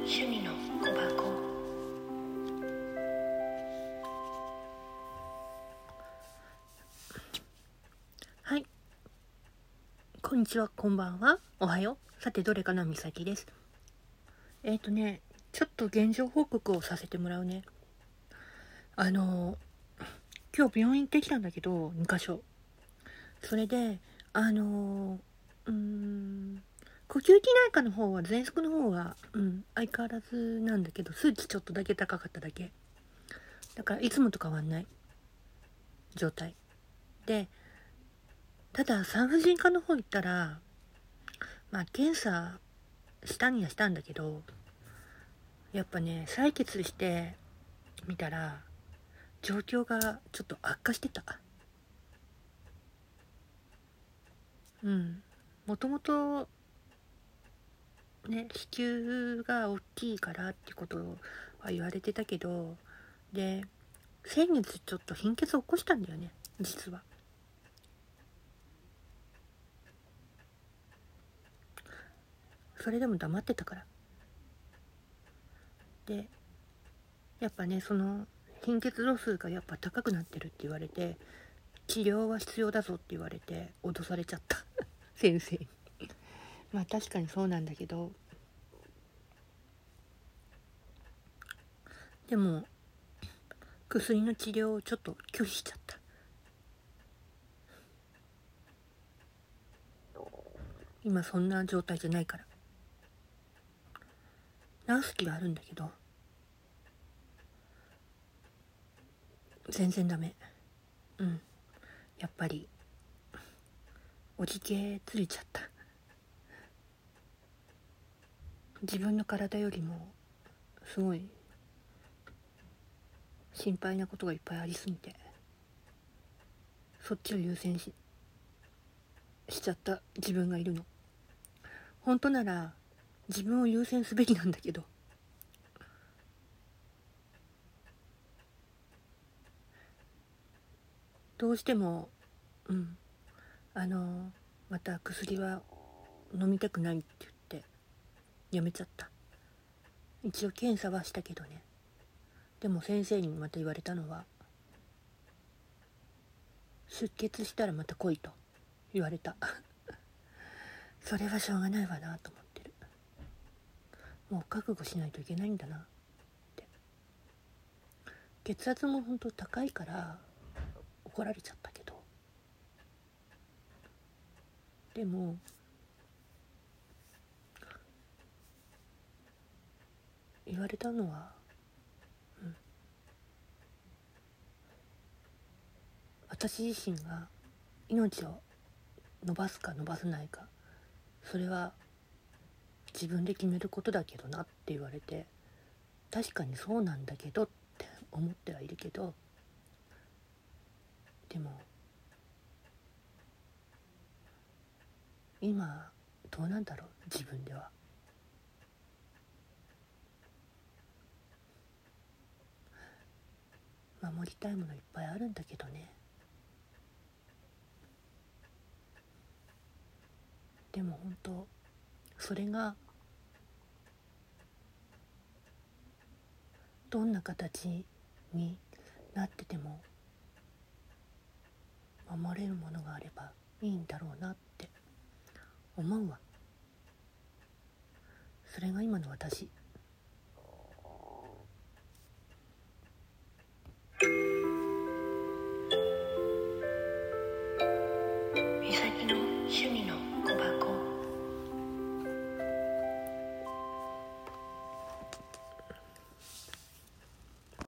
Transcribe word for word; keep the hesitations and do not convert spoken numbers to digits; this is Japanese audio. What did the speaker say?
趣味の小箱。はい、こんにちは、こんばんは、おはよう。さて、どれかな、みさきです。えっ、ー、とねちょっと現状報告をさせてもらうね。あの今日病院行ってきたんだけど、にかしょ。それであのうーん呼吸器内科の方は、喘息の方は、うん、相変わらずなんだけど、数値ちょっとだけ高かっただけだから、いつもと変わんない状態で、ただ産婦人科の方行ったら、まあ検査したにはしたんだけど、やっぱね、採血してみたら状況がちょっと悪化してた。うんもともとね、子宮が大きいからってことは言われてたけど、で先月ちょっと貧血を起こしたんだよね、実は。それでも黙ってたから。でやっぱね、その貧血度数がやっぱ高くなってるって言われて、治療は必要だぞって言われて脅されちゃった先生に。まあ確かにそうなんだけど、でも薬の治療をちょっと拒否しちゃった。今そんな状態じゃないから。治す気はあるんだけど、全然ダメ。うんやっぱりおじけついちゃった。自分の体よりもすごい心配なことがいっぱいありすぎて、そっちを優先ししちゃった自分がいるの。本当なら自分を優先すべきなんだけど、どうしてもうんあのまた薬は飲みたくないって言ってやめちゃった。一応検査はしたけどね。でも先生にまた言われたのは、出血したらまた来いと言われたそれはしょうがないわなと思ってる。もう覚悟しないといけないんだなって。血圧も本当高いから怒られちゃったけど、でも言われたのは、うん、私自身が命を伸ばすか伸ばせないか、それは自分で決めることだけどなって言われて、確かにそうなんだけどって思ってはいるけど、でも今どうなんだろう、自分では。守りたいものいっぱいあるんだけどね。でも本当それがどんな形になってても守れるものがあればいいんだろうなって思うわ。それが今の私。